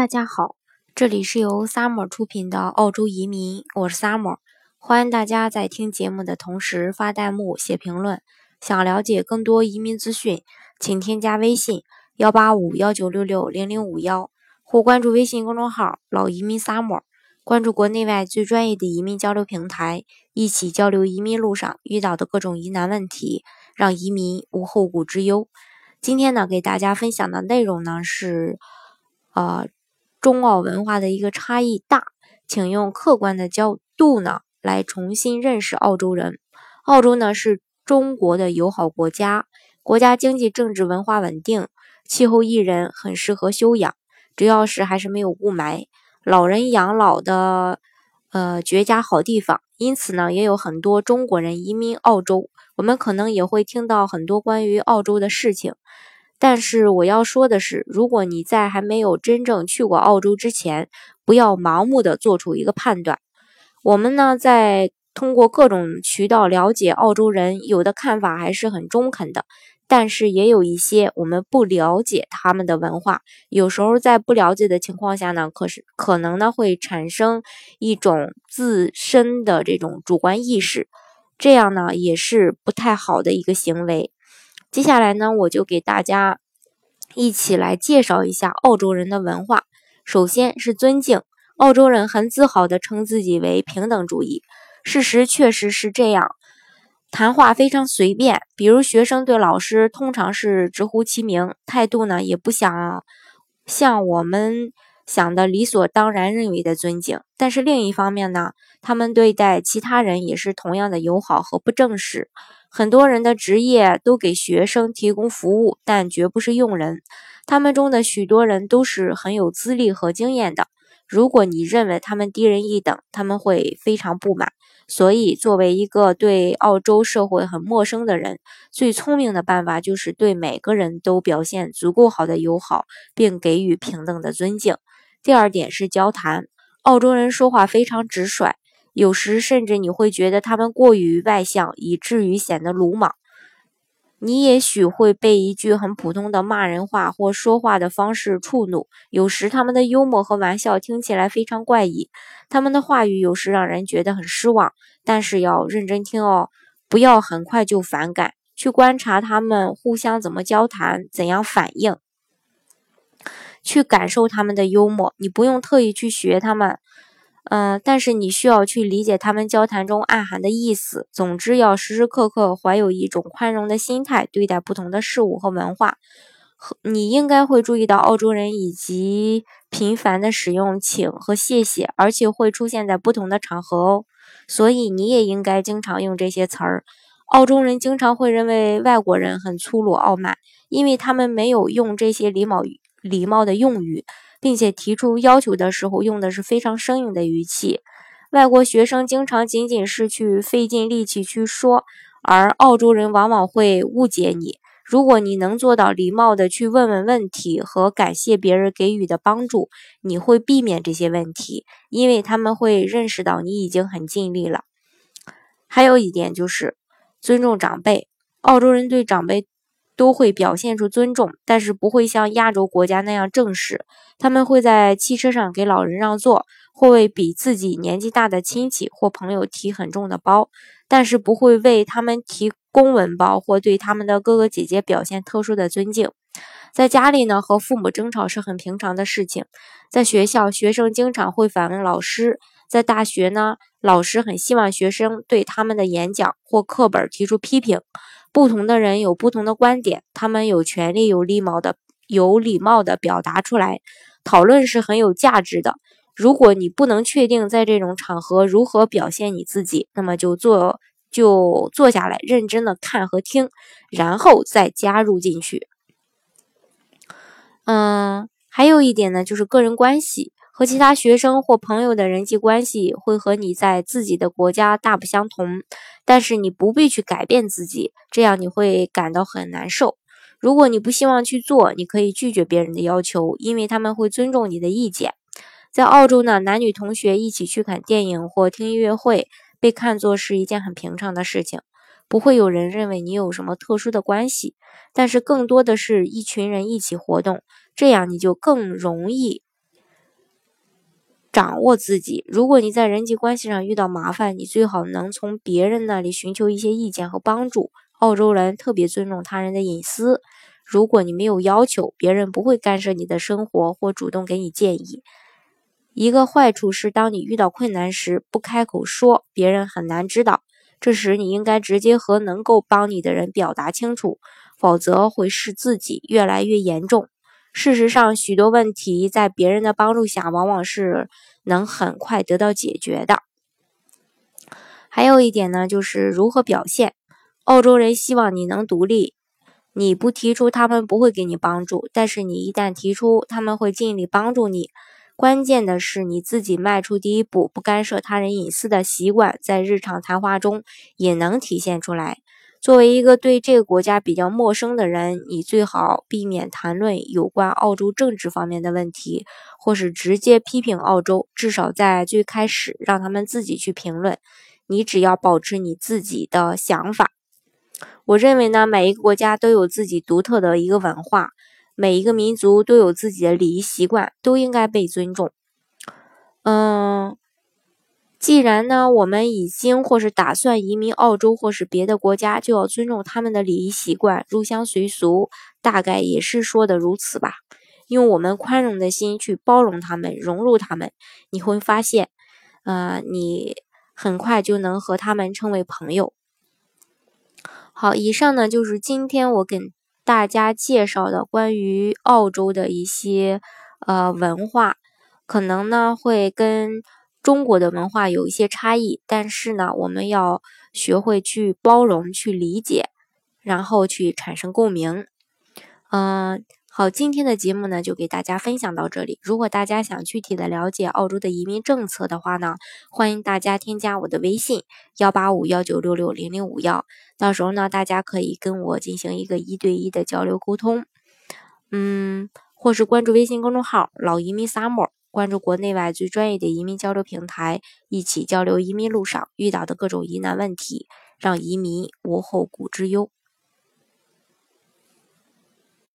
大家好，这里是由 Summer 出品的澳洲移民，我是 Summer， 欢迎大家在听节目的同时发弹幕、写评论。想了解更多移民资讯，请添加微信18519660051或关注微信公众号老移民 Summer， 关注国内外最专业的移民交流平台，一起交流移民路上遇到的各种疑难问题，让移民无后顾之忧。今天呢，给大家分享的内容呢是中澳文化的一个差异大，请用客观的角度呢来重新认识澳洲人。澳洲呢是中国的友好国家，国家经济、政治、文化稳定，气候宜人，很适合休养。主要是还是没有雾霾，老人养老的绝佳好地方。因此呢，也有很多中国人移民澳洲。我们可能也会听到很多关于澳洲的事情。但是我要说的是，如果你在还没有真正去过澳洲之前，不要盲目的做出一个判断。我们呢，在通过各种渠道了解澳洲人，有的看法还是很中肯的，但是也有一些我们不了解他们的文化，有时候在不了解的情况下呢，可能呢会产生一种自身的这种主观意识，这样呢也是不太好的一个行为。接下来呢，我就给大家一起来介绍一下澳洲人的文化。首先是尊敬，澳洲人很自豪地称自己为平等主义，事实确实是这样。谈话非常随便，比如学生对老师通常是直呼其名，态度呢也不想像我们想的理所当然认为的尊敬。但是另一方面呢，他们对待其他人也是同样的友好和不正式。很多人的职业都给学生提供服务，但绝不是佣人。他们中的许多人都是很有资历和经验的。如果你认为他们低人一等，他们会非常不满。所以，作为一个对澳洲社会很陌生的人，最聪明的办法就是对每个人都表现足够好的友好，并给予平等的尊敬。第二点是交谈，澳洲人说话非常直率。有时甚至你会觉得他们过于外向，以至于显得鲁莽。你也许会被一句很普通的骂人话或说话的方式触怒。有时他们的幽默和玩笑听起来非常怪异，他们的话语有时让人觉得很失望。但是要认真听哦，不要很快就反感，去观察他们互相怎么交谈，怎样反应，去感受他们的幽默。你不用特意去学他们。但是你需要去理解他们交谈中暗含的意思。总之，要时时刻刻怀有一种宽容的心态对待不同的事物和文化。你应该会注意到澳洲人以及频繁的使用请和谢谢，而且会出现在不同的场合哦。所以你也应该经常用这些词儿。澳洲人经常会认为外国人很粗鲁傲慢，因为他们没有用这些礼貌的用语，并且提出要求的时候用的是非常生硬的语气。外国学生经常仅仅是去费尽力气去说，而澳洲人往往会误解你。如果你能做到礼貌的去问问题和感谢别人给予的帮助，你会避免这些问题，因为他们会认识到你已经很尽力了。还有一点就是尊重长辈，澳洲人对长辈都会表现出尊重，但是不会像亚洲国家那样正式。他们会在汽车上给老人让座，或为比自己年纪大的亲戚或朋友提很重的包，但是不会为他们提公文包或对他们的哥哥姐姐表现特殊的尊敬。在家里呢，和父母争吵是很平常的事情。在学校，学生经常会反问老师。在大学呢，老师很希望学生对他们的演讲或课本提出批评。不同的人有不同的观点，他们有权利有礼貌的表达出来。讨论是很有价值的。如果你不能确定在这种场合如何表现你自己，那么就坐下来认真的看和听，然后再加入进去。还有一点呢，就是个人关系。和其他学生或朋友的人际关系会和你在自己的国家大不相同，但是你不必去改变自己，这样你会感到很难受。如果你不希望去做，你可以拒绝别人的要求，因为他们会尊重你的意见。在澳洲呢，男女同学一起去看电影或听音乐会，被看作是一件很平常的事情，不会有人认为你有什么特殊的关系，但是更多的是一群人一起活动，这样你就更容易掌握自己。如果你在人际关系上遇到麻烦，你最好能从别人那里寻求一些意见和帮助。澳洲人特别尊重他人的隐私，如果你没有要求，别人不会干涉你的生活或主动给你建议。一个坏处是，当你遇到困难时，不开口说，别人很难知道。这时你应该直接和能够帮你的人表达清楚，否则会使自己越来越严重。事实上，许多问题在别人的帮助下，往往是能很快得到解决的。还有一点呢，就是如何表现。澳洲人希望你能独立，你不提出，他们不会给你帮助，但是你一旦提出，他们会尽力帮助你。关键的是你自己迈出第一步，不干涉他人隐私的习惯，在日常谈话中也能体现出来。作为一个对这个国家比较陌生的人，你最好避免谈论有关澳洲政治方面的问题，或是直接批评澳洲，至少在最开始让他们自己去评论。你只要保持你自己的想法。我认为呢，每一个国家都有自己独特的一个文化，每一个民族都有自己的礼仪习惯，都应该被尊重。既然呢，我们已经或是打算移民澳洲或是别的国家，就要尊重他们的礼仪习惯，入乡随俗，大概也是说的如此吧。用我们宽容的心去包容他们，融入他们，你会发现，你很快就能和他们成为朋友。好，以上呢就是今天我跟大家介绍的关于澳洲的一些文化，可能呢会跟中国的文化有一些差异，但是呢我们要学会去包容、去理解，然后去产生共鸣。好，今天的节目呢就给大家分享到这里。如果大家想具体的了解澳洲的移民政策的话呢，欢迎大家添加我的微信18519660051，到时候呢大家可以跟我进行一个1对1的交流沟通。或是关注微信公众号老移民 Summer， 关注国内外最专业的移民交流平台，一起交流移民路上遇到的各种疑难问题，让移民无后顾之忧。